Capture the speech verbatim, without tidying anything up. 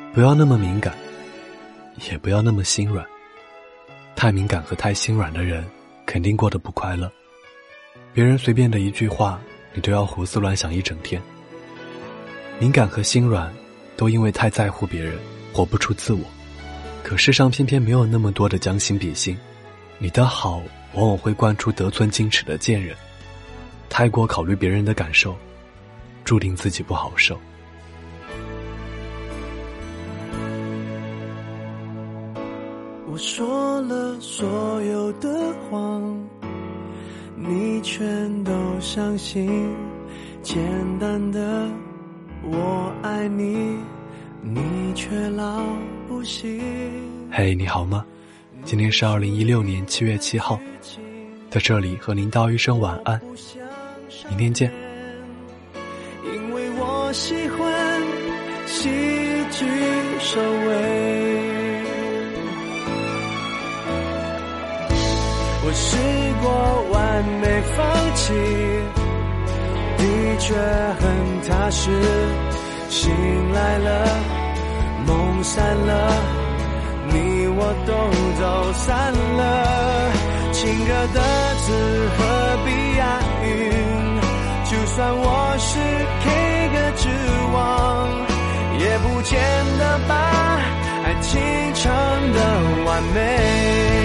不要那么敏感，也不要那么心软。太敏感和太心软的人肯定过得不快乐，别人随便的一句话你都要胡思乱想一整天。敏感和心软都因为太在乎别人活不出自我，可世上偏偏没有那么多的将心比心，你的好往往会惯出得寸进尺的贱人，太过考虑别人的感受，注定自己不好受。 我说了所有的谎，你全都相信，简单的我爱你，你却老不信。 嘿、hey, 你好吗？今天是二零一六年七月七号，在这里和您道一声晚安，明天见。 因为我喜欢喜剧收尾，我试过完美放弃，的确很踏实，醒来了，梦散了，你我都走散了，情歌的字何必押韵，就算我是 K 歌之王，也不见得把爱情唱得完美。